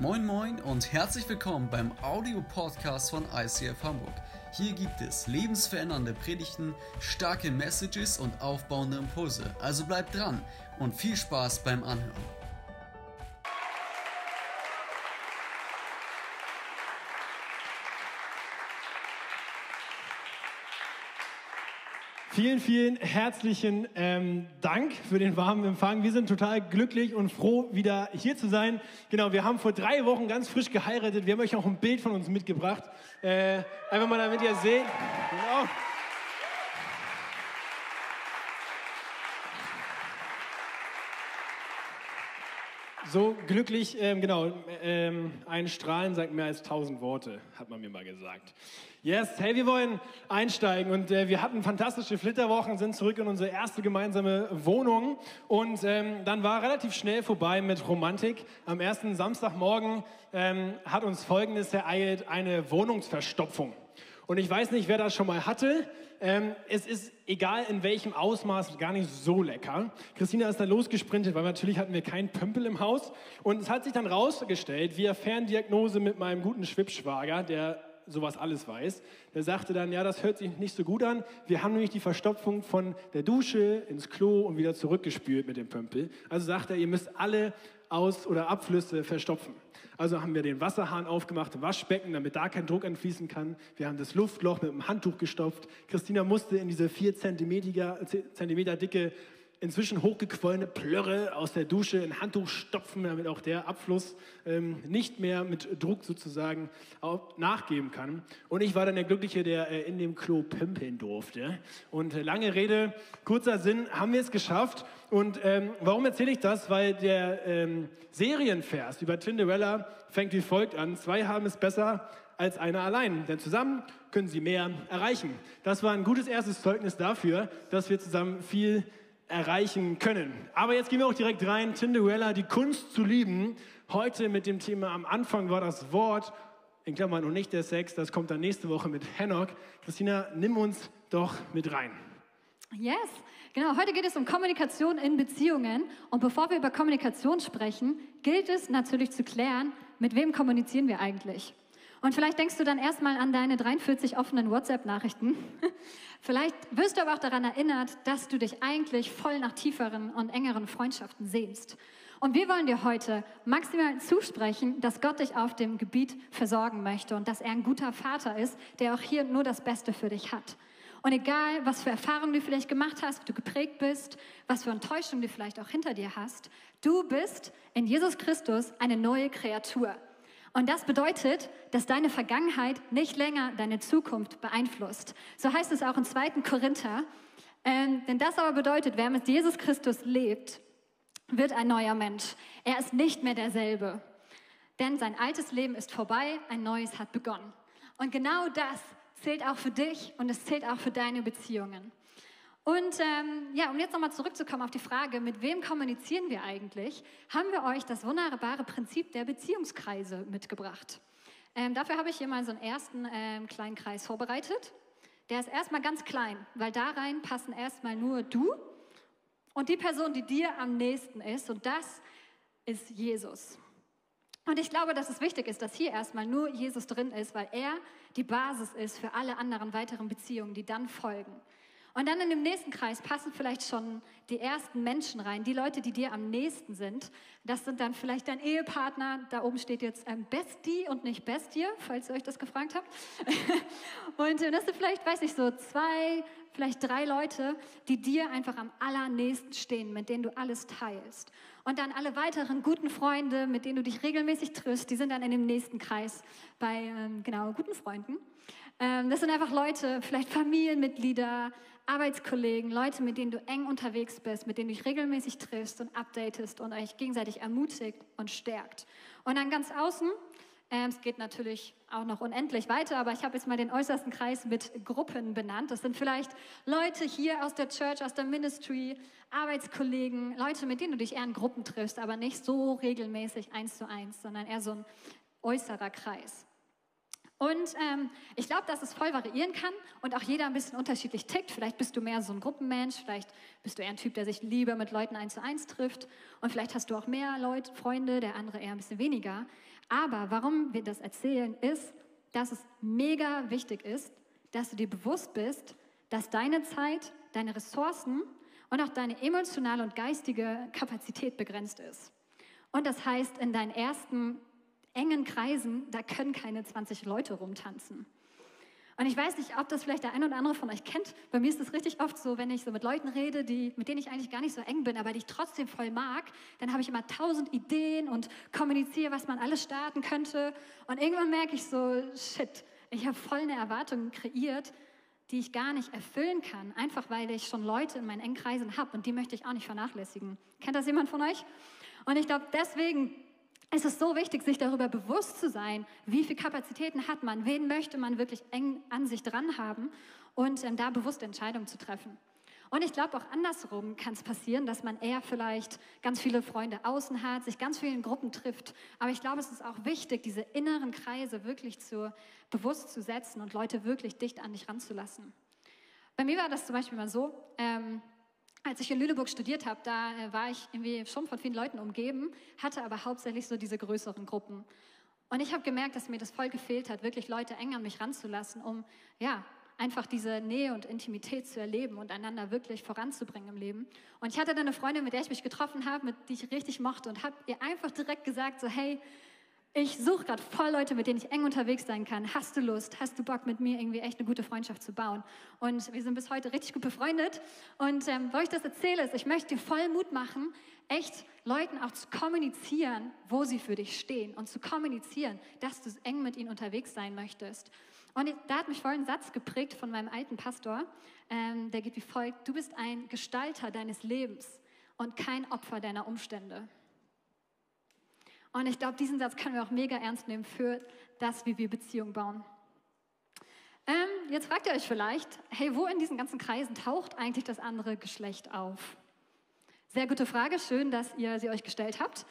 Moin Moin und herzlich willkommen beim Audio-Podcast von ICF Hamburg. Hier gibt es lebensverändernde Predigten, starke Messages und aufbauende Impulse. Also bleibt dran und viel Spaß beim Anhören. Vielen herzlichen Dank für den warmen Empfang. Wir sind total glücklich und froh, wieder hier zu sein. Genau, wir haben vor 3 Wochen ganz frisch geheiratet. Wir haben euch auch ein Bild von uns mitgebracht. Einfach mal, damit ihr seht. Genau. So glücklich, ein Strahlen sagt mehr als 1000 Worte, hat man mir mal gesagt. Yes, hey, wir wollen einsteigen und wir hatten fantastische Flitterwochen, sind zurück in unsere erste gemeinsame Wohnung und dann war relativ schnell vorbei mit Romantik. Am ersten Samstagmorgen hat uns Folgendes ereilt, eine Wohnungsverstopfung. Und ich weiß nicht, wer das schon mal hatte. Es ist, egal in welchem Ausmaß, gar nicht so lecker. Christina ist dann losgesprintet, weil natürlich hatten wir keinen Pömpel im Haus. Und es hat sich dann rausgestellt, via Ferndiagnose mit meinem guten Schwibschwager, der sowas alles weiß, der sagte dann, ja, das hört sich nicht so gut an. Wir haben nämlich die Verstopfung von der Dusche ins Klo und wieder zurückgespült mit dem Pömpel. Also sagt er, ihr müsst alle Aus- oder Abflüsse verstopfen. Also haben wir den Wasserhahn aufgemacht im Waschbecken, damit da kein Druck entfließen kann. Wir haben das Luftloch mit einem Handtuch gestopft. Christina musste in diese 4 Zentimeter dicke, inzwischen hochgequollene Plörre aus der Dusche in ein Handtuch stopfen, damit auch der Abfluss nicht mehr mit Druck sozusagen nachgeben kann. Und ich war dann der Glückliche, der in dem Klo pömpeln durfte. Und lange Rede, kurzer Sinn, haben wir es geschafft. Und warum erzähle ich das? Weil der Serienvers über Tinderella fängt wie folgt an. 2 haben es besser als einer allein, denn zusammen können sie mehr erreichen. Das war ein gutes erstes Zeugnis dafür, dass wir zusammen viel erreichen können. Aber jetzt gehen wir auch direkt rein. Tinderella, die Kunst zu lieben. Heute mit dem Thema, am Anfang war das Wort, in Klammern und nicht der Sex, das kommt dann nächste Woche mit Henok. Christina, nimm uns doch mit rein. Yes, genau. Heute geht es um Kommunikation in Beziehungen. Und bevor wir über Kommunikation sprechen, gilt es natürlich zu klären, mit wem kommunizieren wir eigentlich. Und vielleicht denkst du dann erstmal an deine 43 offenen WhatsApp-Nachrichten. Vielleicht wirst du aber auch daran erinnert, dass du dich eigentlich voll nach tieferen und engeren Freundschaften sehnst. Und wir wollen dir heute maximal zusprechen, dass Gott dich auf dem Gebiet versorgen möchte und dass er ein guter Vater ist, der auch hier nur das Beste für dich hat. Und egal, was für Erfahrungen du vielleicht gemacht hast, wie du geprägt bist, was für Enttäuschungen du vielleicht auch hinter dir hast, du bist in Jesus Christus eine neue Kreatur. Und das bedeutet, dass deine Vergangenheit nicht länger deine Zukunft beeinflusst. So heißt es auch in 2. Korinther. Denn das aber bedeutet, wer mit Jesus Christus lebt, wird ein neuer Mensch. Er ist nicht mehr derselbe. Denn sein altes Leben ist vorbei, ein neues hat begonnen. Und genau das zählt auch für dich und es zählt auch für deine Beziehungen. Und um jetzt nochmal zurückzukommen auf die Frage, mit wem kommunizieren wir eigentlich, haben wir euch das wunderbare Prinzip der Beziehungskreise mitgebracht. Dafür habe ich hier mal so einen ersten kleinen Kreis vorbereitet. Der ist erstmal ganz klein, weil da rein passen erstmal nur du und die Person, die dir am nächsten ist. Und das ist Jesus. Und ich glaube, dass es wichtig ist, dass hier erstmal nur Jesus drin ist, weil er die Basis ist für alle anderen weiteren Beziehungen, die dann folgen. Und dann in dem nächsten Kreis passen vielleicht schon die ersten Menschen rein, die Leute, die dir am nächsten sind. Das sind dann vielleicht dein Ehepartner, da oben steht jetzt Bestie und nicht Bestie, falls ihr euch das gefragt habt. Und das sind vielleicht, weiß ich so, 2, vielleicht 3 Leute, die dir einfach am allernächsten stehen, mit denen du alles teilst. Und dann alle weiteren guten Freunde, mit denen du dich regelmäßig triffst, die sind dann in dem nächsten Kreis bei, guten Freunden. Das sind einfach Leute, vielleicht Familienmitglieder, Arbeitskollegen, Leute, mit denen du eng unterwegs bist, mit denen du dich regelmäßig triffst und updatest und euch gegenseitig ermutigt und stärkt. Und dann ganz außen, es geht natürlich auch noch unendlich weiter, aber ich habe jetzt mal den äußersten Kreis mit Gruppen benannt. Das sind vielleicht Leute hier aus der Church, aus der Ministry, Arbeitskollegen, Leute, mit denen du dich eher in Gruppen triffst, aber nicht so regelmäßig 1:1, sondern eher so ein äußerer Kreis. Und ich glaube, dass es voll variieren kann und auch jeder ein bisschen unterschiedlich tickt. Vielleicht bist du mehr so ein Gruppenmensch, vielleicht bist du eher ein Typ, der sich lieber mit Leuten 1:1 trifft und vielleicht hast du auch mehr Leute, Freunde, der andere eher ein bisschen weniger. Aber warum wir das erzählen, ist, dass es mega wichtig ist, dass du dir bewusst bist, dass deine Zeit, deine Ressourcen und auch deine emotionale und geistige Kapazität begrenzt ist. Und das heißt, in deinen ersten engen Kreisen, da können keine 20 Leute rumtanzen. Und ich weiß nicht, ob das vielleicht der eine oder andere von euch kennt. Bei mir ist es richtig oft so, wenn ich so mit Leuten rede, mit denen ich eigentlich gar nicht so eng bin, aber die ich trotzdem voll mag, dann habe ich immer 1000 Ideen und kommuniziere, was man alles starten könnte. Und irgendwann merke ich so, shit, ich habe voll eine Erwartung kreiert, die ich gar nicht erfüllen kann, einfach weil ich schon Leute in meinen engen Kreisen habe und die möchte ich auch nicht vernachlässigen. Kennt das jemand von euch? Und ich glaube, deswegen ist es so wichtig, sich darüber bewusst zu sein, wie viele Kapazitäten hat man, wen möchte man wirklich eng an sich dran haben und da bewusste Entscheidungen zu treffen. Und ich glaube, auch andersrum kann es passieren, dass man eher vielleicht ganz viele Freunde außen hat, sich ganz viel in Gruppen trifft. Aber ich glaube, es ist auch wichtig, diese inneren Kreise wirklich bewusst zu setzen und Leute wirklich dicht an dich ranzulassen. Bei mir war das zum Beispiel mal so, als ich in Lüneburg studiert habe, da war ich irgendwie schon von vielen Leuten umgeben, hatte aber hauptsächlich so diese größeren Gruppen. Und ich habe gemerkt, dass mir das voll gefehlt hat, wirklich Leute eng an mich ranzulassen, um einfach diese Nähe und Intimität zu erleben und einander wirklich voranzubringen im Leben. Und ich hatte dann eine Freundin, mit der ich mich getroffen habe, die ich richtig mochte und habe ihr einfach direkt gesagt, so hey, ich suche gerade voll Leute, mit denen ich eng unterwegs sein kann. Hast du Lust? Hast du Bock, mit mir irgendwie echt eine gute Freundschaft zu bauen? Und wir sind bis heute richtig gut befreundet. Und warum ich das erzähle, ist, ich möchte dir voll Mut machen, echt Leuten auch zu kommunizieren, wo sie für dich stehen und zu kommunizieren, dass du eng mit ihnen unterwegs sein möchtest. Und da hat mich voll ein Satz geprägt von meinem alten Pastor, der geht wie folgt: Du bist ein Gestalter deines Lebens und kein Opfer deiner Umstände. Und ich glaube, diesen Satz können wir auch mega ernst nehmen für das, wie wir Beziehungen bauen. Jetzt fragt ihr euch vielleicht, hey, wo in diesen ganzen Kreisen taucht eigentlich das andere Geschlecht auf? Sehr gute Frage, schön, dass ihr sie euch gestellt habt.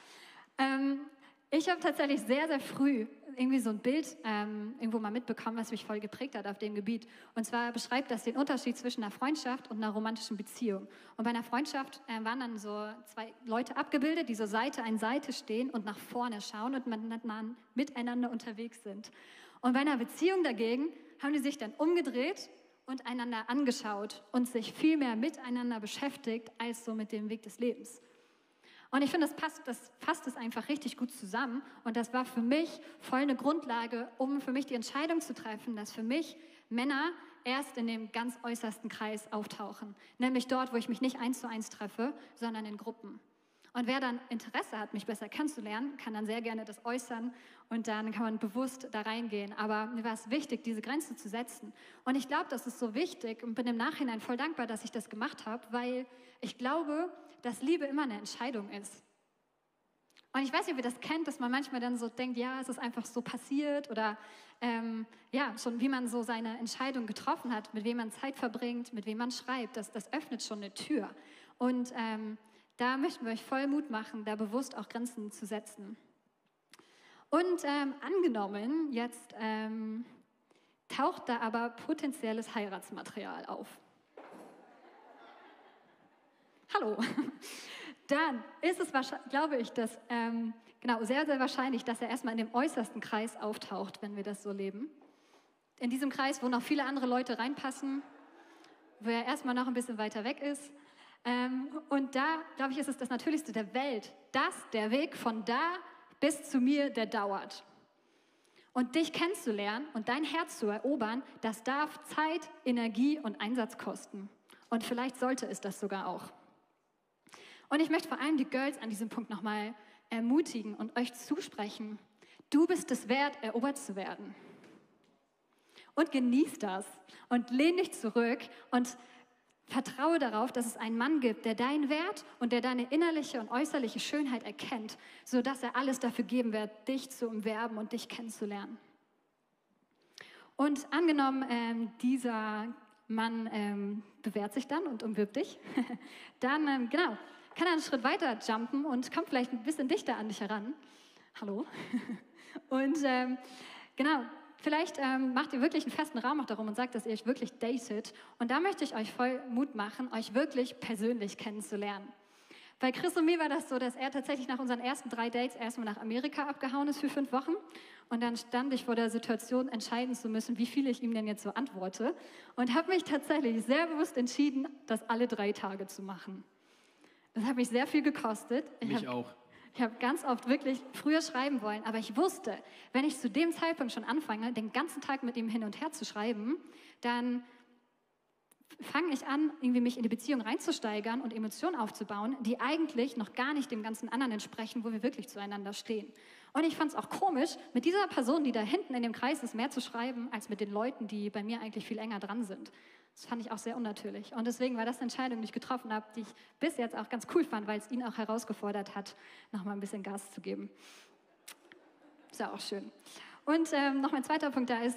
Ich habe tatsächlich sehr, sehr früh irgendwie so ein Bild irgendwo mal mitbekommen, was mich voll geprägt hat auf dem Gebiet. Und zwar beschreibt das den Unterschied zwischen einer Freundschaft und einer romantischen Beziehung. Und bei einer Freundschaft waren dann so zwei Leute abgebildet, die so Seite an Seite stehen und nach vorne schauen und man miteinander unterwegs sind. Und bei einer Beziehung dagegen haben die sich dann umgedreht und einander angeschaut und sich viel mehr miteinander beschäftigt als so mit dem Weg des Lebens. Und ich finde, das fasst es einfach richtig gut zusammen. Und das war für mich voll eine Grundlage, um für mich die Entscheidung zu treffen, dass für mich Männer erst in dem ganz äußersten Kreis auftauchen. Nämlich dort, wo ich mich nicht 1:1 treffe, sondern in Gruppen. Und wer dann Interesse hat, mich besser kennenzulernen, kann dann sehr gerne das äußern und dann kann man bewusst da reingehen. Aber mir war es wichtig, diese Grenze zu setzen. Und ich glaube, das ist so wichtig und bin im Nachhinein voll dankbar, dass ich das gemacht habe, weil ich glaube, dass Liebe immer eine Entscheidung ist. Und ich weiß nicht, ob ihr das kennt, dass man manchmal dann so denkt, ja, es ist einfach so passiert oder schon wie man so seine Entscheidung getroffen hat, mit wem man Zeit verbringt, mit wem man schreibt, das öffnet schon eine Tür. Und da möchten wir euch voll Mut machen, da bewusst auch Grenzen zu setzen. Und angenommen, jetzt taucht da aber potenzielles Heiratsmaterial auf. Hallo. Dann ist es, glaube ich, sehr, sehr wahrscheinlich, dass er erstmal in dem äußersten Kreis auftaucht, wenn wir das so leben. In diesem Kreis, wo noch viele andere Leute reinpassen, wo er erstmal noch ein bisschen weiter weg ist. Und da, glaube ich, ist es das Natürlichste der Welt, dass der Weg von da bis zu mir, der dauert. Und dich kennenzulernen und dein Herz zu erobern, das darf Zeit, Energie und Einsatz kosten. Und vielleicht sollte es das sogar auch. Und ich möchte vor allem die Girls an diesem Punkt nochmal ermutigen und euch zusprechen. Du bist es wert, erobert zu werden. Und genieß das und lehn dich zurück und vertraue darauf, dass es einen Mann gibt, der deinen Wert und der deine innerliche und äußerliche Schönheit erkennt, sodass er alles dafür geben wird, dich zu umwerben und dich kennenzulernen. Und angenommen, dieser Mann bewährt sich dann und umwirbt dich, dann kann er einen Schritt weiter jumpen und kommt vielleicht ein bisschen dichter an dich heran. Hallo. Und vielleicht macht ihr wirklich einen festen Raum auch darum und sagt, dass ihr euch wirklich datet. Und da möchte ich euch voll Mut machen, euch wirklich persönlich kennenzulernen. Bei Chris und mir war das so, dass er tatsächlich nach unseren ersten 3 Dates erstmal nach Amerika abgehauen ist für 5 Wochen. Und dann stand ich vor der Situation, entscheiden zu müssen, wie viel ich ihm denn jetzt so antworte. Und habe mich tatsächlich sehr bewusst entschieden, das alle 3 Tage zu machen. Das hat mich sehr viel gekostet. Mich auch. Ich habe ganz oft wirklich früher schreiben wollen, aber ich wusste, wenn ich zu dem Zeitpunkt schon anfange, den ganzen Tag mit ihm hin und her zu schreiben, dann fange ich an, irgendwie mich in die Beziehung reinzusteigern und Emotionen aufzubauen, die eigentlich noch gar nicht dem ganzen anderen entsprechen, wo wir wirklich zueinander stehen. Und ich fand es auch komisch, mit dieser Person, die da hinten in dem Kreis ist, mehr zu schreiben, als mit den Leuten, die bei mir eigentlich viel enger dran sind. Das fand ich auch sehr unnatürlich. Und deswegen war das eine Entscheidung, die ich getroffen habe, die ich bis jetzt auch ganz cool fand, weil es ihn auch herausgefordert hat, nochmal ein bisschen Gas zu geben. Ist ja auch schön. Und noch mein zweiter Punkt da ist,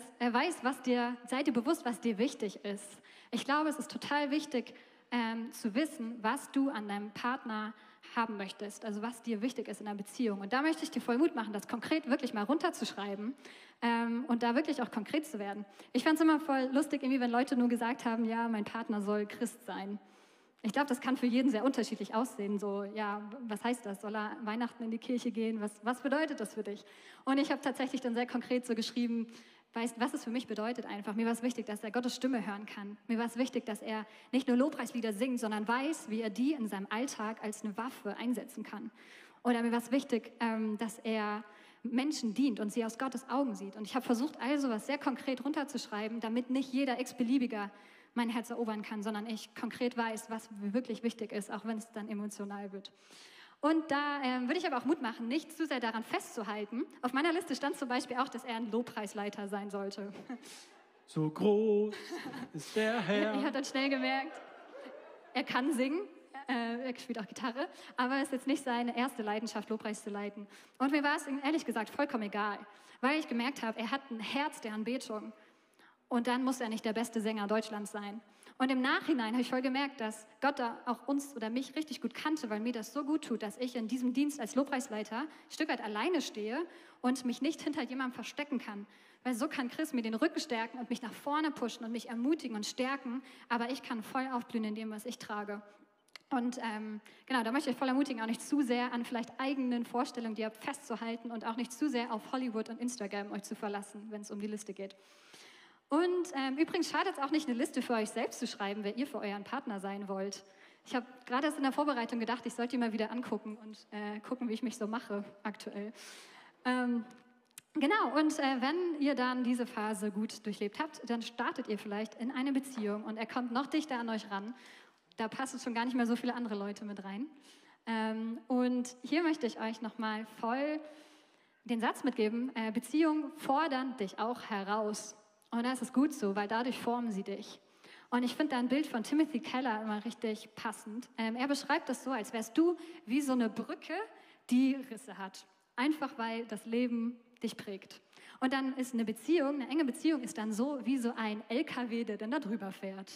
sei dir bewusst, was dir wichtig ist. Ich glaube, es ist total wichtig zu wissen, was du an deinem Partner haben möchtest, also was dir wichtig ist in einer Beziehung. Und da möchte ich dir voll Mut machen, das konkret wirklich mal runterzuschreiben und da wirklich auch konkret zu werden. Ich fand es immer voll lustig, irgendwie, wenn Leute nur gesagt haben, ja, mein Partner soll Christ sein. Ich glaube, das kann für jeden sehr unterschiedlich aussehen. So, ja, was heißt das? Soll er Weihnachten in die Kirche gehen? Was bedeutet das für dich? Und ich habe tatsächlich dann sehr konkret so geschrieben, weißt, was es für mich bedeutet einfach. Mir war es wichtig, dass er Gottes Stimme hören kann. Mir war es wichtig, dass er nicht nur Lobpreislieder singt, sondern weiß, wie er die in seinem Alltag als eine Waffe einsetzen kann. Oder mir war es wichtig, dass er Menschen dient und sie aus Gottes Augen sieht. Und ich habe versucht, all sowas sehr konkret runterzuschreiben, damit nicht jeder x-beliebiger mein Herz erobern kann, sondern ich konkret weiß, was mir wirklich wichtig ist, auch wenn es dann emotional wird. Und da würde ich aber auch Mut machen, nicht zu sehr daran festzuhalten. Auf meiner Liste stand zum Beispiel auch, dass er ein Lobpreisleiter sein sollte. So groß ist der Herr. Ich habe dann schnell gemerkt, er kann singen, er spielt auch Gitarre, aber es ist jetzt nicht seine erste Leidenschaft, Lobpreis zu leiten. Und mir war es ehrlich gesagt vollkommen egal, weil ich gemerkt habe, er hat ein Herz der Anbetung. Und dann muss er nicht der beste Sänger Deutschlands sein. Und im Nachhinein habe ich voll gemerkt, dass Gott da auch uns oder mich richtig gut kannte, weil mir das so gut tut, dass ich in diesem Dienst als Lobpreisleiter ein Stück weit alleine stehe und mich nicht hinter jemandem verstecken kann. Weil so kann Chris mir den Rücken stärken und mich nach vorne pushen und mich ermutigen und stärken, aber ich kann voll aufblühen in dem, was ich trage. Und genau, da möchte ich voll ermutigen, auch nicht zu sehr an vielleicht eigenen Vorstellungen, die ihr habt, festzuhalten und auch nicht zu sehr auf Hollywood und Instagram euch zu verlassen, wenn es um die Liste geht. Und übrigens schadet es auch nicht, eine Liste für euch selbst zu schreiben, wer ihr für euren Partner sein wollt. Ich habe gerade erst in der Vorbereitung gedacht, ich sollte die mal wieder angucken und gucken, wie ich mich so mache aktuell. Genau, und wenn ihr dann diese Phase gut durchlebt habt, dann startet ihr vielleicht in eine Beziehung und er kommt noch dichter an euch ran. Da passen schon gar nicht mehr so viele andere Leute mit rein. Und hier möchte ich euch nochmal voll den Satz mitgeben, Beziehungen fordern dich auch heraus. Und das ist gut so, weil dadurch formen sie dich. Und ich finde da ein Bild von Timothy Keller immer richtig passend. Er beschreibt das so, als wärst du wie so eine Brücke, die Risse hat. Einfach weil das Leben dich prägt. Und dann ist eine Beziehung, eine enge Beziehung ist dann so wie so ein LKW, der dann da drüber fährt.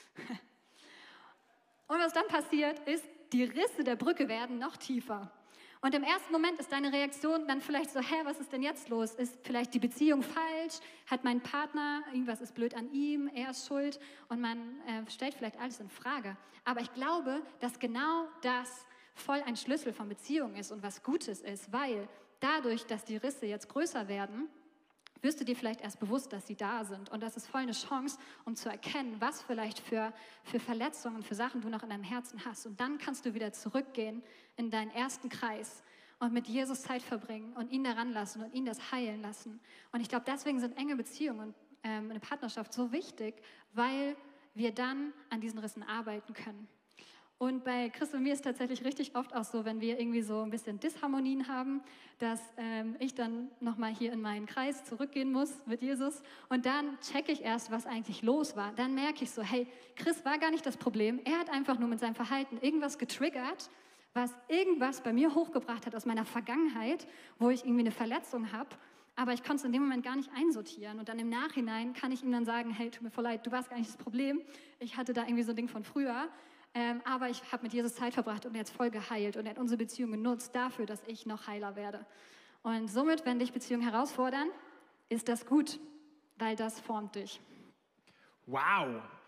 Und was dann passiert, ist, die Risse der Brücke werden noch tiefer. Und im ersten Moment ist deine Reaktion dann vielleicht so, was ist denn jetzt los? Ist vielleicht die Beziehung falsch? Hat mein Partner, irgendwas ist blöd an ihm, er ist schuld? Und man stellt vielleicht alles in Frage. Aber ich glaube, dass genau das voll ein Schlüssel von Beziehung ist und was Gutes ist, weil dadurch, dass die Risse jetzt größer werden, wirst du dir vielleicht erst bewusst, dass sie da sind. Und das ist voll eine Chance, um zu erkennen, was vielleicht für Verletzungen, für Sachen du noch in deinem Herzen hast. Und dann kannst du wieder zurückgehen in deinen ersten Kreis und mit Jesus Zeit verbringen und ihn daran lassen und ihn das heilen lassen. Und ich glaube, deswegen sind enge Beziehungen und eine Partnerschaft so wichtig, weil wir dann an diesen Rissen arbeiten können. Und bei Chris und mir ist tatsächlich richtig oft auch so, wenn wir irgendwie so ein bisschen Disharmonien haben, dass ich dann nochmal hier in meinen Kreis zurückgehen muss mit Jesus und dann checke ich erst, was eigentlich los war. Dann merke ich so, hey, Chris war gar nicht das Problem. Er hat einfach nur mit seinem Verhalten irgendwas getriggert, was irgendwas bei mir hochgebracht hat aus meiner Vergangenheit, wo ich irgendwie eine Verletzung habe. Aber ich konnte es in dem Moment gar nicht einsortieren. Und dann im Nachhinein kann ich ihm dann sagen, hey, tut mir voll leid, du warst gar nicht das Problem. Ich hatte da irgendwie so ein Ding von früher. Aber ich habe mit Jesus Zeit verbracht und er hat voll geheilt und er hat unsere Beziehung genutzt dafür, dass ich noch heiler werde. Und somit, wenn dich Beziehungen herausfordern, ist das gut, weil das formt dich. Wow,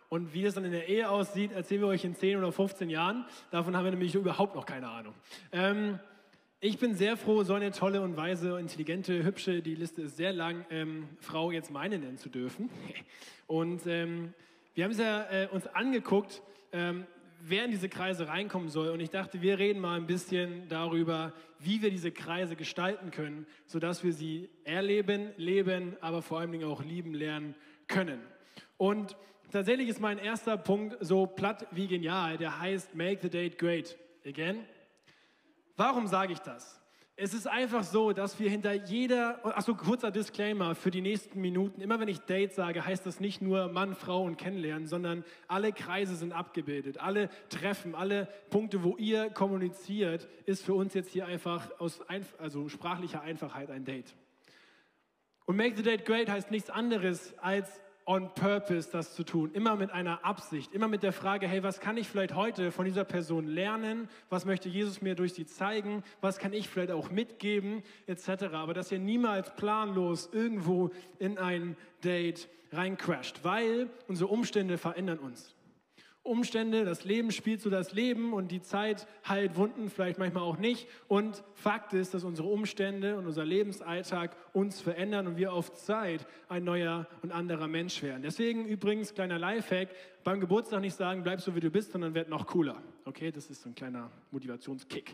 Und wie das dann in der Ehe aussieht, erzählen wir euch in 10 oder 15 Jahren. Davon haben wir nämlich überhaupt noch keine Ahnung. Ich bin sehr froh, so eine tolle und weise, intelligente, hübsche, die Liste ist sehr lang, Frau jetzt meine nennen zu dürfen. Und wir haben es ja uns angeguckt, wer in diese Kreise reinkommen soll. Und ich dachte, wir reden mal ein bisschen darüber, wie wir diese Kreise gestalten können, sodass wir sie erleben, leben, aber vor allen Dingen auch lieben lernen können. Und tatsächlich ist mein erster Punkt so platt wie genial, der heißt Make the Date Great Again. Warum sage ich das? Es ist einfach so, dass wir hinter jeder, achso, kurzer Disclaimer für die nächsten Minuten, immer wenn ich Date sage, heißt das nicht nur Mann, Frau und Kennenlernen, sondern alle Kreise sind abgebildet, alle Treffen, alle Punkte, wo ihr kommuniziert, ist für uns jetzt hier einfach aus sprachlicher Einfachheit ein Date. Und Make the Date Great heißt nichts anderes als on purpose das zu tun, immer mit einer Absicht, immer mit der Frage, hey, was kann ich vielleicht heute von dieser Person lernen, was möchte Jesus mir durch sie zeigen, was kann ich vielleicht auch mitgeben, etc. Aber dass ihr niemals planlos irgendwo in ein Date reincrasht, weil unsere Umstände verändern uns. Umstände, das Leben spielt so das Leben und die Zeit heilt Wunden, vielleicht manchmal auch nicht. Und Fakt ist, dass unsere Umstände und unser Lebensalltag uns verändern und wir auf Zeit ein neuer und anderer Mensch werden. Deswegen übrigens, kleiner Lifehack, beim Geburtstag nicht sagen, bleib so wie du bist, sondern werd noch cooler. Okay, das ist so ein kleiner Motivationskick.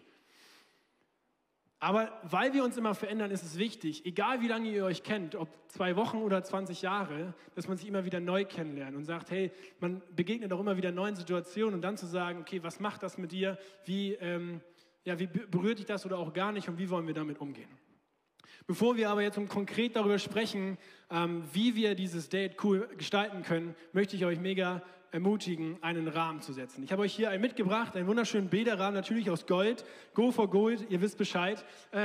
Aber weil wir uns immer verändern, ist es wichtig, egal wie lange ihr euch kennt, ob 2 Wochen oder 20 Jahre, dass man sich immer wieder neu kennenlernt und sagt, hey, man begegnet auch immer wieder neuen Situationen und dann zu sagen, okay, was macht das mit dir, wie berührt dich das oder auch gar nicht und wie wollen wir damit umgehen? Bevor wir aber jetzt konkret darüber sprechen, wie wir dieses Date cool gestalten können, möchte ich euch mega ermutigen, einen Rahmen zu setzen. Ich habe euch hier einen mitgebracht, einen wunderschönen Bilderrahmen, natürlich aus Gold. Go for Gold, ihr wisst Bescheid.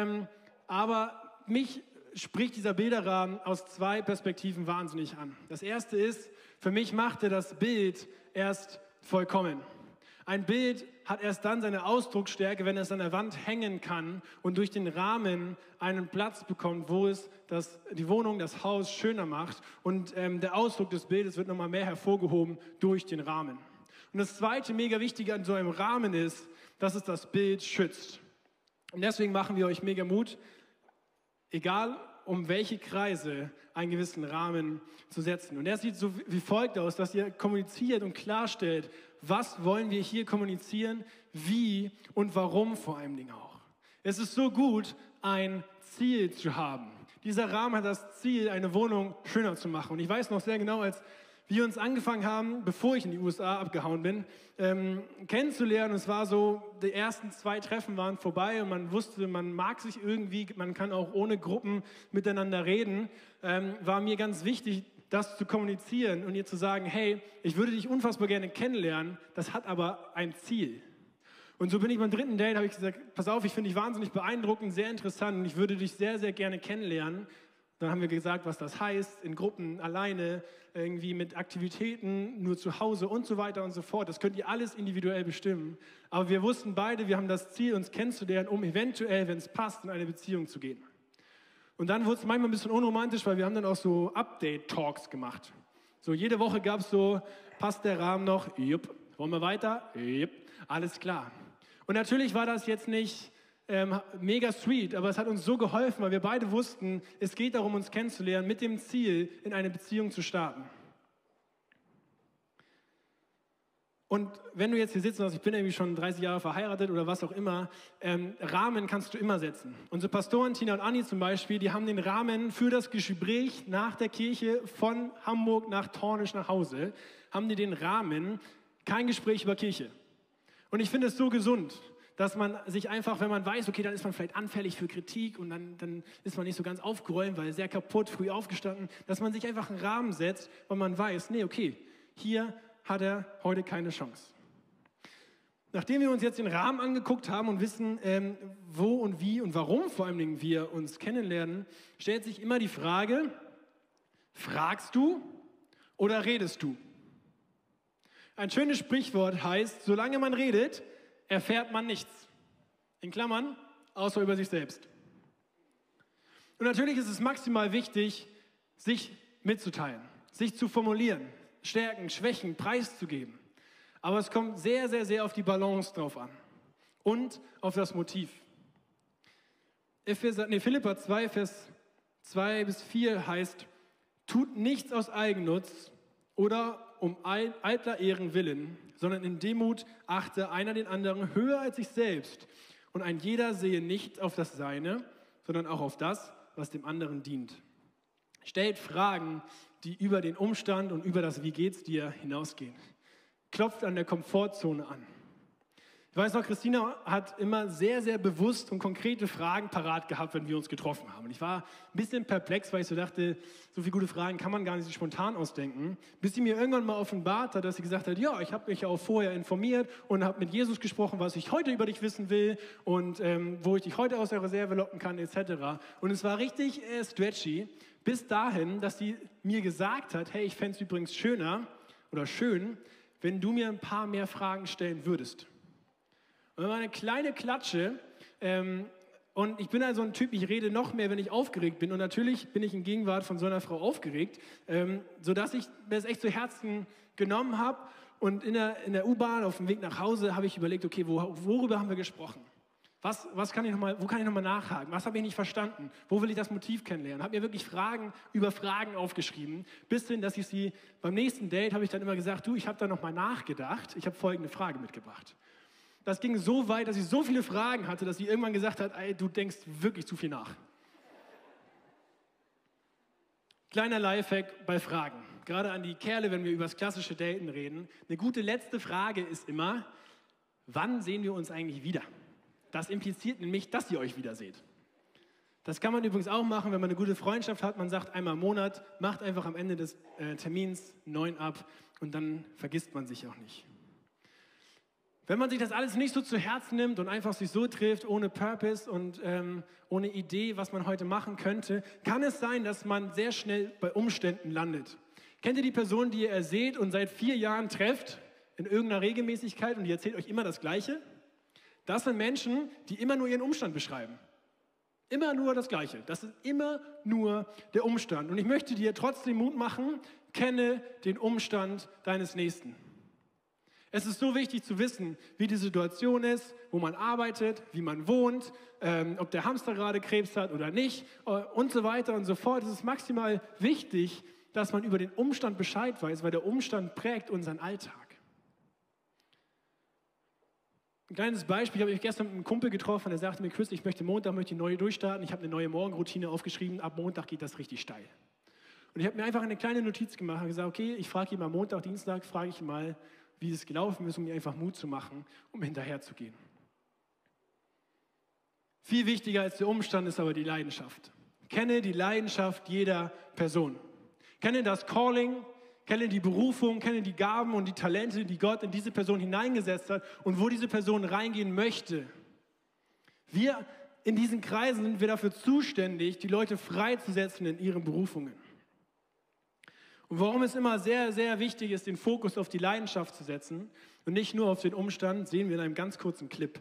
Aber mich spricht dieser Bilderrahmen aus 2 Perspektiven wahnsinnig an. Das erste ist, für mich machte das Bild erst vollkommen. Ein Bild hat erst dann seine Ausdrucksstärke, wenn es an der Wand hängen kann und durch den Rahmen einen Platz bekommt, wo es die Wohnung, das Haus schöner macht. Und der Ausdruck des Bildes wird nochmal mehr hervorgehoben durch den Rahmen. Und das zweite mega Wichtige an so einem Rahmen ist, dass es das Bild schützt. Und deswegen machen wir euch mega Mut, egal um welche Kreise einen gewissen Rahmen zu setzen. Und der sieht so wie folgt aus, dass ihr kommuniziert und klarstellt, was wollen wir hier kommunizieren, wie und warum vor allem Dingen auch. Es ist so gut, ein Ziel zu haben. Dieser Rahmen hat das Ziel, eine Wohnung schöner zu machen. Und ich weiß noch sehr genau, als wir uns angefangen haben, bevor ich in die USA abgehauen bin, kennenzulernen. Es war so, die ersten 2 Treffen waren vorbei und man wusste, man mag sich irgendwie, man kann auch ohne Gruppen miteinander reden. War mir ganz wichtig, das zu kommunizieren und ihr zu sagen, hey, ich würde dich unfassbar gerne kennenlernen, das hat aber ein Ziel. Und so bin ich beim 3. Date, habe ich gesagt, pass auf, ich finde dich wahnsinnig beeindruckend, sehr interessant und ich würde dich sehr, sehr gerne kennenlernen. Dann haben wir gesagt, was das heißt, in Gruppen, alleine, irgendwie mit Aktivitäten, nur zu Hause und so weiter und so fort. Das könnt ihr alles individuell bestimmen. Aber wir wussten beide, wir haben das Ziel, uns kennenzulernen, um eventuell, wenn es passt, in eine Beziehung zu gehen. Und dann wurde es manchmal ein bisschen unromantisch, weil wir haben dann auch so Update-Talks gemacht. So jede Woche gab es so, passt der Rahmen noch? Jupp. Wollen wir weiter? Jupp. Alles klar. Und natürlich war das jetzt nicht mega sweet, aber es hat uns so geholfen, weil wir beide wussten, es geht darum, uns kennenzulernen, mit dem Ziel, in eine Beziehung zu starten. Und wenn du jetzt hier sitzt und sagst, ich bin irgendwie schon 30 Jahre verheiratet oder was auch immer, Rahmen kannst du immer setzen. Unsere Pastoren Tina und Anni zum Beispiel, die haben den Rahmen für das Gespräch nach der Kirche von Hamburg nach Tornisch nach Hause, haben die den Rahmen, kein Gespräch über Kirche. Und ich finde es so gesund, dass man sich einfach, wenn man weiß, okay, dann ist man vielleicht anfällig für Kritik und dann ist man nicht so ganz aufgeräumt, weil sehr kaputt, früh aufgestanden, dass man sich einfach einen Rahmen setzt, weil man weiß, nee, okay, hier hat er heute keine Chance. Nachdem wir uns jetzt den Rahmen angeguckt haben und wissen, wo und wie und warum vor allen Dingen wir uns kennenlernen, stellt sich immer die Frage, fragst du oder redest du? Ein schönes Sprichwort heißt, solange man redet, erfährt man nichts. In Klammern, außer über sich selbst. Und natürlich ist es maximal wichtig, sich mitzuteilen, sich zu formulieren. Stärken, Schwächen preiszugeben. Aber es kommt sehr, sehr, sehr auf die Balance drauf an und auf das Motiv. Philipper 2, Vers 2 bis 4 heißt, tut nichts aus Eigennutz oder um eitler Ehren willen, sondern in Demut achte einer den anderen höher als sich selbst. Und ein jeder sehe nicht auf das Seine, sondern auch auf das, was dem anderen dient. Stellt Fragen, die über den Umstand und über das Wie geht's dir hinausgehen. Klopft an der Komfortzone an. Ich weiß noch, Christina hat immer sehr, sehr bewusst und konkrete Fragen parat gehabt, wenn wir uns getroffen haben. Und ich war ein bisschen perplex, weil ich so dachte, so viele gute Fragen kann man gar nicht so spontan ausdenken. Bis sie mir irgendwann mal offenbart hat, dass sie gesagt hat, ja, ich habe mich ja auch vorher informiert und habe mit Jesus gesprochen, was ich heute über dich wissen will und wo ich dich heute aus der Reserve locken kann, etc. Und es war richtig stretchy, bis dahin, dass sie mir gesagt hat, hey, ich fände es übrigens schöner oder schön, wenn du mir ein paar mehr Fragen stellen würdest. Und dann war eine kleine Klatsche und ich bin also ein Typ, ich rede noch mehr, wenn ich aufgeregt bin und natürlich bin ich in Gegenwart von so einer Frau aufgeregt, sodass ich mir das echt zu Herzen genommen habe und in der U-Bahn auf dem Weg nach Hause habe ich überlegt, okay, worüber haben wir gesprochen? Wo kann ich nochmal nachhaken? Was habe ich nicht verstanden? Wo will ich das Motiv kennenlernen? Habe mir wirklich Fragen über Fragen aufgeschrieben, bis hin, dass ich sie beim nächsten Date habe ich dann immer gesagt, du, ich habe da nochmal nachgedacht, ich habe folgende Frage mitgebracht. Das ging so weit, dass ich so viele Fragen hatte, dass sie irgendwann gesagt hat, ey, du denkst wirklich zu viel nach. Kleiner Lifehack bei Fragen. Gerade an die Kerle, wenn wir über das klassische Daten reden. Eine gute letzte Frage ist immer, wann sehen wir uns eigentlich wieder? Das impliziert nämlich, dass ihr euch wieder seht. Das kann man übrigens auch machen, wenn man eine gute Freundschaft hat. Man sagt einmal im Monat, macht einfach am Ende des Termins 9 ab und dann vergisst man sich auch nicht. Wenn man sich das alles nicht so zu Herzen nimmt und einfach sich so trifft, ohne Purpose und ohne Idee, was man heute machen könnte, kann es sein, dass man sehr schnell bei Umständen landet. Kennt ihr die Person, die ihr seht und seit 4 Jahren trefft, in irgendeiner Regelmäßigkeit und die erzählt euch immer das Gleiche? Das sind Menschen, die immer nur ihren Umstand beschreiben. Immer nur das Gleiche. Das ist immer nur der Umstand. Und ich möchte dir trotzdem Mut machen, kenne den Umstand deines Nächsten. Es ist so wichtig zu wissen, wie die Situation ist, wo man arbeitet, wie man wohnt, ob der Hamster gerade Krebs hat oder nicht und so weiter und so fort. Es ist maximal wichtig, dass man über den Umstand Bescheid weiß, weil der Umstand prägt unseren Alltag. Ein kleines Beispiel, ich habe mich gestern mit einem Kumpel getroffen, der sagte mir, Chris, ich möchte neu durchstarten, ich habe eine neue Morgenroutine aufgeschrieben, ab Montag geht das richtig steil. Und ich habe mir einfach eine kleine Notiz gemacht und gesagt, okay, ich frage ihn mal Montag, Dienstag, frage ich ihn mal, wie es gelaufen ist, um mir einfach Mut zu machen, um hinterherzugehen. Viel wichtiger als der Umstand ist aber die Leidenschaft. Kenne die Leidenschaft jeder Person. Kenne das Calling, kenne die Berufung, kenne die Gaben und die Talente, die Gott in diese Person hineingesetzt hat und wo diese Person reingehen möchte. Wir in diesen Kreisen sind wir dafür zuständig, die Leute freizusetzen in ihren Berufungen. Und warum es immer sehr, sehr wichtig ist, den Fokus auf die Leidenschaft zu setzen und nicht nur auf den Umstand, sehen wir in einem ganz kurzen Clip.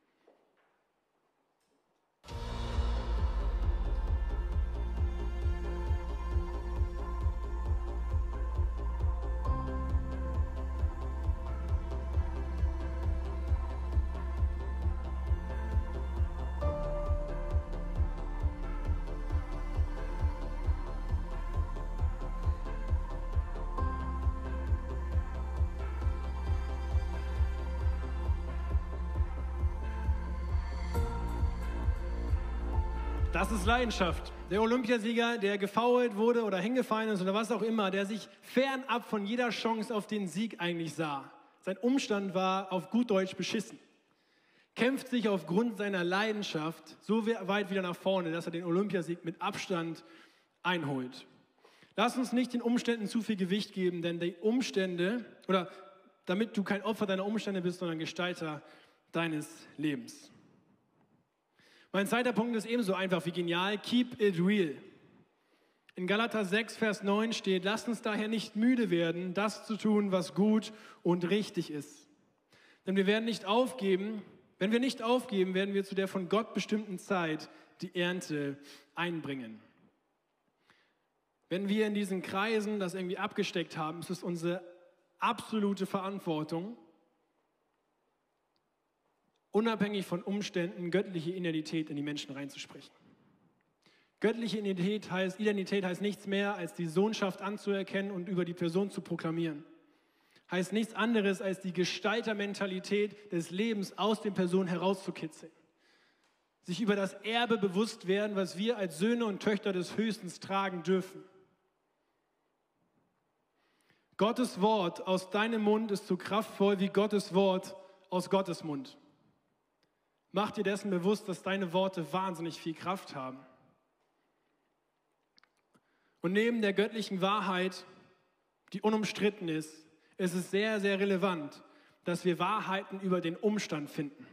Das ist Leidenschaft. Der Olympiasieger, der gefoult wurde oder hingefallen ist oder was auch immer, der sich fernab von jeder Chance auf den Sieg eigentlich sah. Sein Umstand war auf gut Deutsch beschissen. Kämpft sich aufgrund seiner Leidenschaft so weit wieder nach vorne, dass er den Olympiasieg mit Abstand einholt. Lass uns nicht den Umständen zu viel Gewicht geben, denn die Umstände, oder damit du kein Opfer deiner Umstände bist, sondern Gestalter deines Lebens. Mein zweiter Punkt ist ebenso einfach wie genial. Keep it real. In Galater 6, Vers 9 steht, lasst uns daher nicht müde werden, das zu tun, was gut und richtig ist. Denn wir werden nicht aufgeben. Wenn wir nicht aufgeben, werden wir zu der von Gott bestimmten Zeit die Ernte einbringen. Wenn wir in diesen Kreisen das irgendwie abgesteckt haben, ist es unsere absolute Verantwortung, unabhängig von Umständen göttliche Identität in die Menschen reinzusprechen. Göttliche Identität heißt nichts mehr, als die Sohnschaft anzuerkennen und über die Person zu proklamieren. Heißt nichts anderes, als die Gestaltermentalität des Lebens aus den Personen herauszukitzeln. Sich über das Erbe bewusst werden, was wir als Söhne und Töchter des Höchstens tragen dürfen. Gottes Wort aus deinem Mund ist so kraftvoll wie Gottes Wort aus Gottes Mund. Mach dir dessen bewusst, dass deine Worte wahnsinnig viel Kraft haben. Und neben der göttlichen Wahrheit, die unumstritten ist, ist es sehr, sehr relevant, dass wir Wahrheiten über den Umstand finden.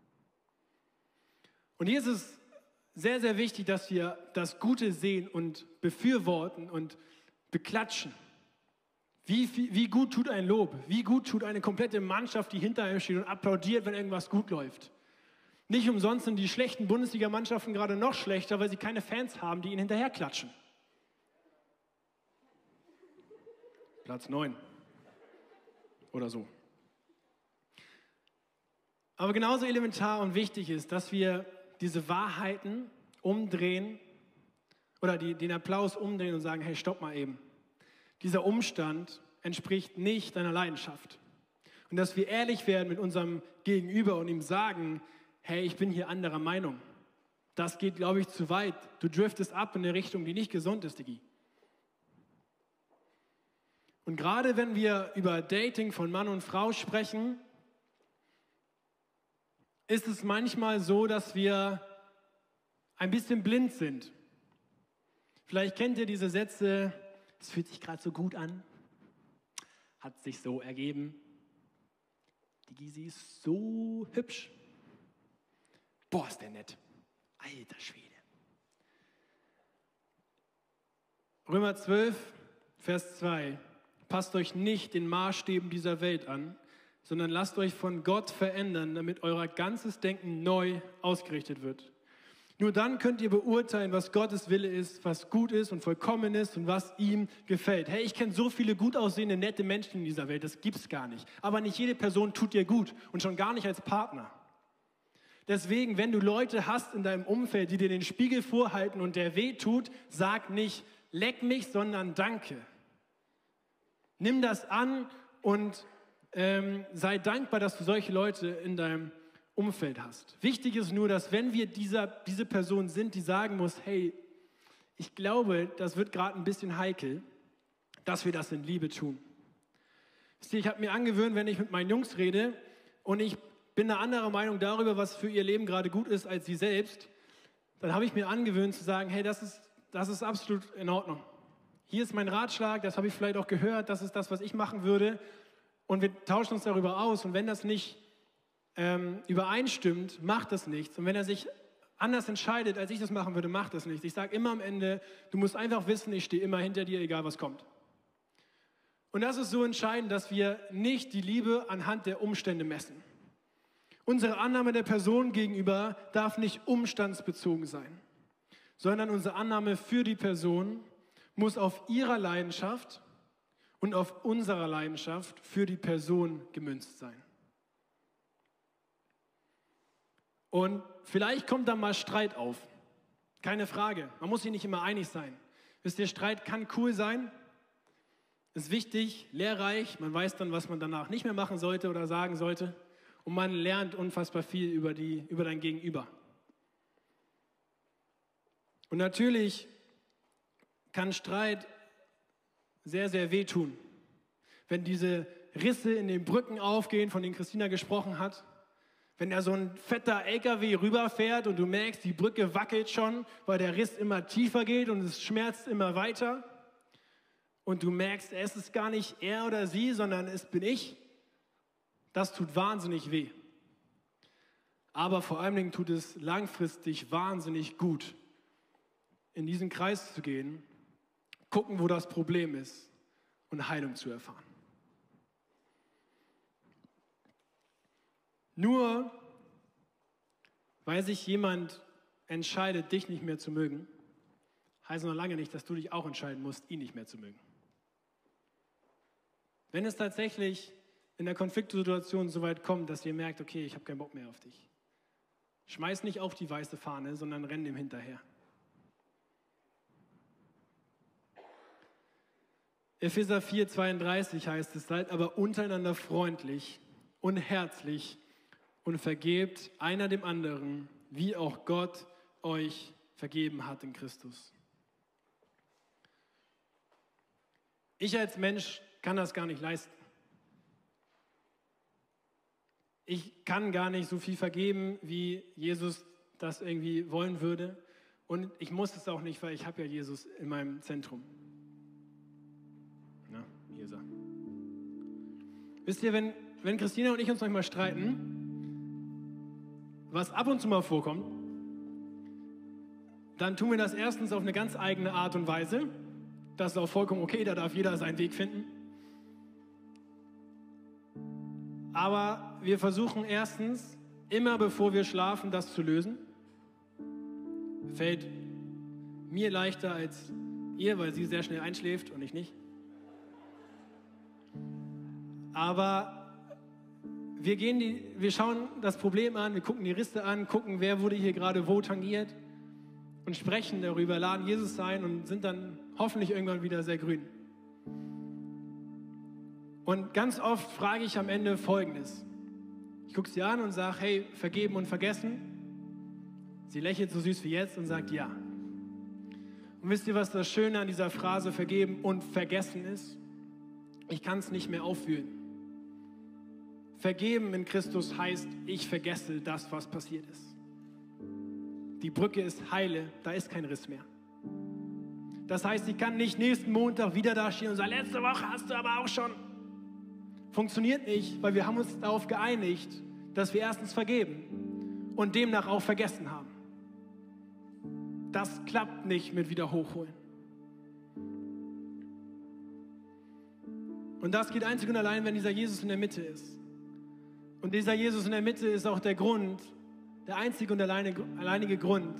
Und hier ist es sehr, sehr wichtig, dass wir das Gute sehen und befürworten und beklatschen. Wie gut tut ein Lob? Wie gut tut eine komplette Mannschaft, die hinter einem steht und applaudiert, wenn irgendwas gut läuft? Nicht umsonst sind die schlechten Bundesligamannschaften gerade noch schlechter, weil sie keine Fans haben, die ihnen hinterher klatschen. Platz 9 oder so. Aber genauso elementar und wichtig ist, dass wir diese Wahrheiten umdrehen oder den Applaus umdrehen und sagen, hey, stopp mal eben. Dieser Umstand entspricht nicht deiner Leidenschaft. Und dass wir ehrlich werden mit unserem Gegenüber und ihm sagen, hey, ich bin hier anderer Meinung. Das geht, glaube ich, zu weit. Du driftest ab in eine Richtung, die nicht gesund ist, Digi. Und gerade wenn wir über Dating von Mann und Frau sprechen, ist es manchmal so, dass wir ein bisschen blind sind. Vielleicht kennt ihr diese Sätze, es fühlt sich gerade so gut an, hat sich so ergeben. Die Gysi ist so hübsch. Boah, ist der nett. Alter Schwede. Römer 12, Vers 2. Passt euch nicht den Maßstäben dieser Welt an, sondern lasst euch von Gott verändern, damit euer ganzes Denken neu ausgerichtet wird. Nur dann könnt ihr beurteilen, was Gottes Wille ist, was gut ist und vollkommen ist und was ihm gefällt. Hey, ich kenne so viele gut aussehende, nette Menschen in dieser Welt, das gibt's gar nicht. Aber nicht jede Person tut dir gut und schon gar nicht als Partner. Deswegen, wenn du Leute hast in deinem Umfeld, die dir den Spiegel vorhalten und der weh tut, sag nicht, leck mich, sondern danke. Nimm das an und sei dankbar, dass du solche Leute in deinem Umfeld hast. Wichtig ist nur, dass wenn wir diese Person sind, die sagen muss, hey, ich glaube, das wird gerade ein bisschen heikel, dass wir das in Liebe tun. Ich habe mir angewöhnt, wenn ich mit meinen Jungs rede und ich bin eine andere Meinung darüber, was für ihr Leben gerade gut ist, als sie selbst, dann habe ich mir angewöhnt zu sagen, hey, das ist absolut in Ordnung. Hier ist mein Ratschlag, das habe ich vielleicht auch gehört, das ist das, was ich machen würde. Und wir tauschen uns darüber aus. Und wenn das nicht übereinstimmt, macht das nichts. Und wenn er sich anders entscheidet, als ich das machen würde, macht das nichts. Ich sage immer am Ende, du musst einfach wissen, ich stehe immer hinter dir, egal was kommt. Und das ist so entscheidend, dass wir nicht die Liebe anhand der Umstände messen. Unsere Annahme der Person gegenüber darf nicht umstandsbezogen sein, sondern unsere Annahme für die Person muss auf ihrer Leidenschaft und auf unserer Leidenschaft für die Person gemünzt sein. Und vielleicht kommt da mal Streit auf. Keine Frage. Man muss sich nicht immer einig sein. Wisst ihr, Streit kann cool sein, ist wichtig, lehrreich. Man weiß dann, was man danach nicht mehr machen sollte oder sagen sollte. Und man lernt unfassbar viel über dein Gegenüber. Und natürlich kann Streit sehr, sehr wehtun. Wenn diese Risse in den Brücken aufgehen, von denen Christina gesprochen hat, wenn da so ein fetter LKW rüberfährt und du merkst, die Brücke wackelt schon, weil der Riss immer tiefer geht und es schmerzt immer weiter und du merkst, es ist gar nicht er oder sie, sondern es bin ich, das tut wahnsinnig weh. Aber vor allen Dingen tut es langfristig wahnsinnig gut, in diesen Kreis zu gehen, gucken, wo das Problem ist und Heilung zu erfahren. Nur weil sich jemand entscheidet, dich nicht mehr zu mögen, heißt noch lange nicht, dass du dich auch entscheiden musst, ihn nicht mehr zu mögen. Wenn es tatsächlich in der Konfliktsituation so weit kommt, dass ihr merkt, okay, ich habe keinen Bock mehr auf dich, schmeiß nicht auf die weiße Fahne, sondern renn dem hinterher. Epheser 4,32 heißt es, seid aber untereinander freundlich und herzlich und vergebt einer dem anderen, wie auch Gott euch vergeben hat in Christus. Ich als Mensch kann das gar nicht leisten. Ich kann gar nicht so viel vergeben, wie Jesus das irgendwie wollen würde. Und ich muss es auch nicht, weil ich habe ja Jesus in meinem Zentrum. Na, hier ist er. Wisst ihr, wenn Christina und ich uns manchmal streiten, was ab und zu mal vorkommt, dann tun wir das erstens auf eine ganz eigene Art und Weise. Das ist auch vollkommen okay, da darf jeder seinen Weg finden. Aber wir versuchen erstens, immer bevor wir schlafen, das zu lösen. Fällt mir leichter als ihr, weil sie sehr schnell einschläft und ich nicht. Aber wir schauen das Problem an, wir gucken die Risse an, gucken, wer wurde hier gerade wo tangiert und sprechen darüber, laden Jesus ein und sind dann hoffentlich irgendwann wieder sehr grün. Und ganz oft frage ich am Ende Folgendes. Ich gucke sie an und sage, hey, vergeben und vergessen. Sie lächelt so süß wie jetzt und sagt ja. Und wisst ihr, was das Schöne an dieser Phrase vergeben und vergessen ist? Ich kann es nicht mehr auffühlen. Vergeben in Christus heißt, ich vergesse das, was passiert ist. Die Brücke ist heile, da ist kein Riss mehr. Das heißt, ich kann nicht nächsten Montag wieder da stehen und sagen, letzte Woche hast du aber auch schon. Funktioniert nicht, weil wir haben uns darauf geeinigt, dass wir erstens vergeben und demnach auch vergessen haben. Das klappt nicht mit wieder hochholen. Und das geht einzig und allein, wenn dieser Jesus in der Mitte ist. Und dieser Jesus in der Mitte ist auch der Grund, der einzige und alleinige Grund,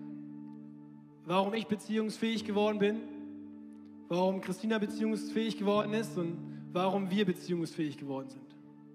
warum ich beziehungsfähig geworden bin, warum Christina beziehungsfähig geworden ist und warum wir beziehungsfähig geworden sind.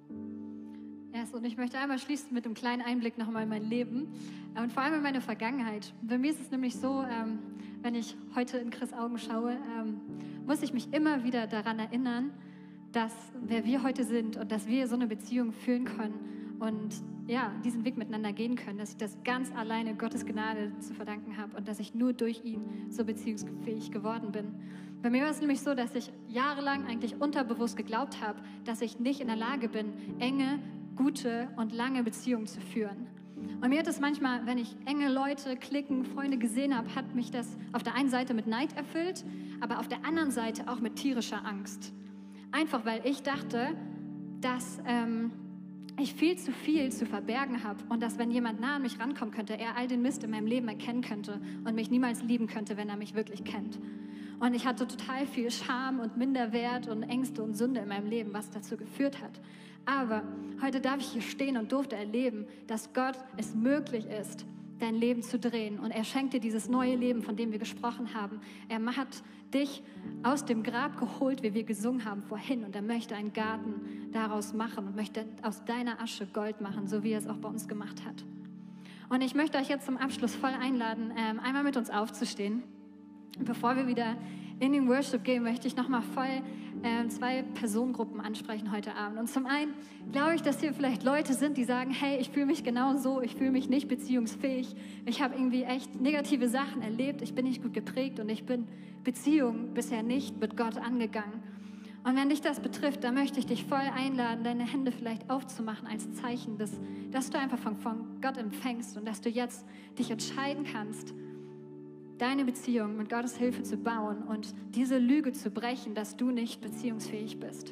Yes, und ich möchte einmal schließen mit einem kleinen Einblick nochmal in mein Leben und vor allem in meine Vergangenheit. Bei mir ist es nämlich so, wenn ich heute in Chris' Augen schaue, muss ich mich immer wieder daran erinnern, dass wer wir heute sind und dass wir so eine Beziehung führen können und ja, diesen Weg miteinander gehen können, dass ich das ganz alleine Gottes Gnade zu verdanken habe und dass ich nur durch ihn so beziehungsfähig geworden bin. Bei mir war es nämlich so, dass ich jahrelang eigentlich unterbewusst geglaubt habe, dass ich nicht in der Lage bin, enge, gute und lange Beziehungen zu führen. Und mir hat es manchmal, wenn ich enge Leute, Cliquen, Freunde gesehen habe, hat mich das auf der einen Seite mit Neid erfüllt, aber auf der anderen Seite auch mit tierischer Angst. Einfach weil ich dachte, dass ich viel zu verbergen habe und dass, wenn jemand nah an mich rankommen könnte, er all den Mist in meinem Leben erkennen könnte und mich niemals lieben könnte, wenn er mich wirklich kennt. Und ich hatte total viel Scham und Minderwert und Ängste und Sünde in meinem Leben, was dazu geführt hat. Aber heute darf ich hier stehen und durfte erleben, dass Gott es möglich ist, dein Leben zu drehen. Und er schenkt dir dieses neue Leben, von dem wir gesprochen haben. Er hat dich aus dem Grab geholt, wie wir gesungen haben vorhin. Und er möchte einen Garten daraus machen und möchte aus deiner Asche Gold machen, so wie er es auch bei uns gemacht hat. Und ich möchte euch jetzt zum Abschluss voll einladen, einmal mit uns aufzustehen. Bevor wir wieder in den Worship gehen, möchte ich nochmal voll 2 Personengruppen ansprechen heute Abend. Und zum einen glaube ich, dass hier vielleicht Leute sind, die sagen, hey, ich fühle mich genau so, ich fühle mich nicht beziehungsfähig, ich habe irgendwie echt negative Sachen erlebt, ich bin nicht gut geprägt und ich bin Beziehungen bisher nicht mit Gott angegangen. Und wenn dich das betrifft, dann möchte ich dich voll einladen, deine Hände vielleicht aufzumachen als Zeichen, dass du einfach von Gott empfängst und dass du jetzt dich entscheiden kannst, deine Beziehung mit Gottes Hilfe zu bauen und diese Lüge zu brechen, dass du nicht beziehungsfähig bist.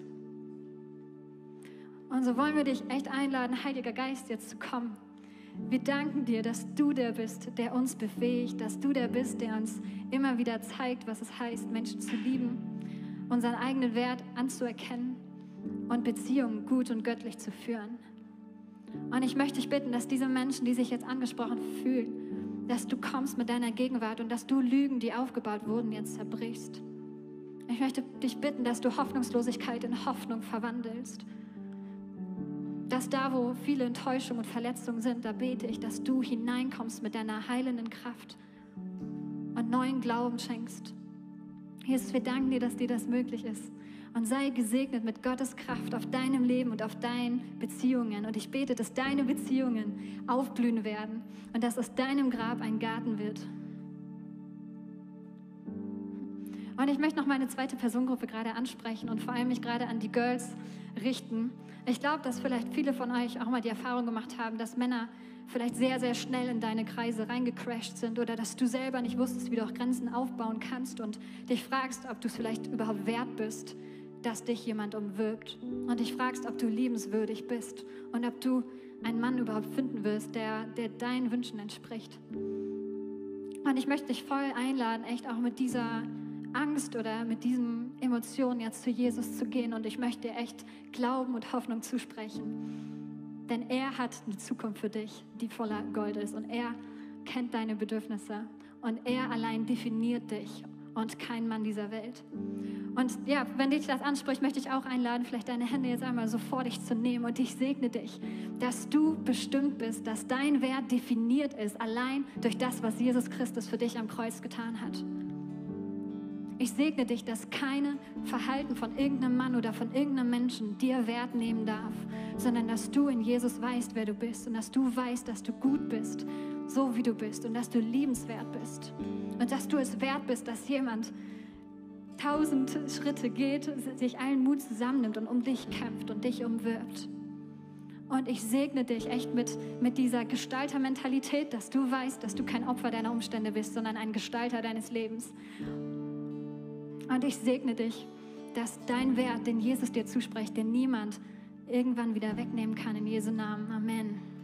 Und so wollen wir dich echt einladen, Heiliger Geist, jetzt zu kommen. Wir danken dir, dass du der bist, der uns befähigt, dass du der bist, der uns immer wieder zeigt, was es heißt, Menschen zu lieben, unseren eigenen Wert anzuerkennen und Beziehungen gut und göttlich zu führen. Und ich möchte dich bitten, dass diese Menschen, die sich jetzt angesprochen fühlen, dass du kommst mit deiner Gegenwart und dass du Lügen, die aufgebaut wurden, jetzt zerbrichst. Ich möchte dich bitten, dass du Hoffnungslosigkeit in Hoffnung verwandelst. Dass da, wo viele Enttäuschungen und Verletzungen sind, da bete ich, dass du hineinkommst mit deiner heilenden Kraft und neuen Glauben schenkst. Jesus, wir danken dir, dass dir das möglich ist. Und sei gesegnet mit Gottes Kraft auf deinem Leben und auf deinen Beziehungen. Und ich bete, dass deine Beziehungen aufblühen werden und dass aus deinem Grab ein Garten wird. Und ich möchte noch meine zweite Personengruppe gerade ansprechen und vor allem mich gerade an die Girls richten. Ich glaube, dass vielleicht viele von euch auch mal die Erfahrung gemacht haben, dass Männer vielleicht sehr, sehr schnell in deine Kreise reingecrasht sind oder dass du selber nicht wusstest, wie du auch Grenzen aufbauen kannst und dich fragst, ob du es vielleicht überhaupt wert bist, dass dich jemand umwirbt und dich fragst, ob du liebenswürdig bist und ob du einen Mann überhaupt finden wirst, der deinen Wünschen entspricht. Und ich möchte dich voll einladen, echt auch mit dieser Angst oder mit diesen Emotionen jetzt zu Jesus zu gehen und ich möchte dir echt Glauben und Hoffnung zusprechen. Denn er hat eine Zukunft für dich, die voller Gold ist und er kennt deine Bedürfnisse und er allein definiert dich und kein Mann dieser Welt. Und ja, wenn dich das anspricht, möchte ich auch einladen, vielleicht deine Hände jetzt einmal so vor dich zu nehmen und ich segne dich, dass du bestimmt bist, dass dein Wert definiert ist, allein durch das, was Jesus Christus für dich am Kreuz getan hat. Ich segne dich, dass keine Verhalten von irgendeinem Mann oder von irgendeinem Menschen dir Wert nehmen darf, sondern dass du in Jesus weißt, wer du bist und dass du weißt, dass du gut bist, so wie du bist und dass du liebenswert bist und dass du es wert bist, dass jemand 1000 Schritte geht, sich allen Mut zusammennimmt und um dich kämpft und dich umwirbt. Und ich segne dich echt mit dieser Gestaltermentalität, dass du weißt, dass du kein Opfer deiner Umstände bist, sondern ein Gestalter deines Lebens. Und ich segne dich, dass dein Wert, den Jesus dir zuspricht, den niemand irgendwann wieder wegnehmen kann, in Jesu Namen. Amen.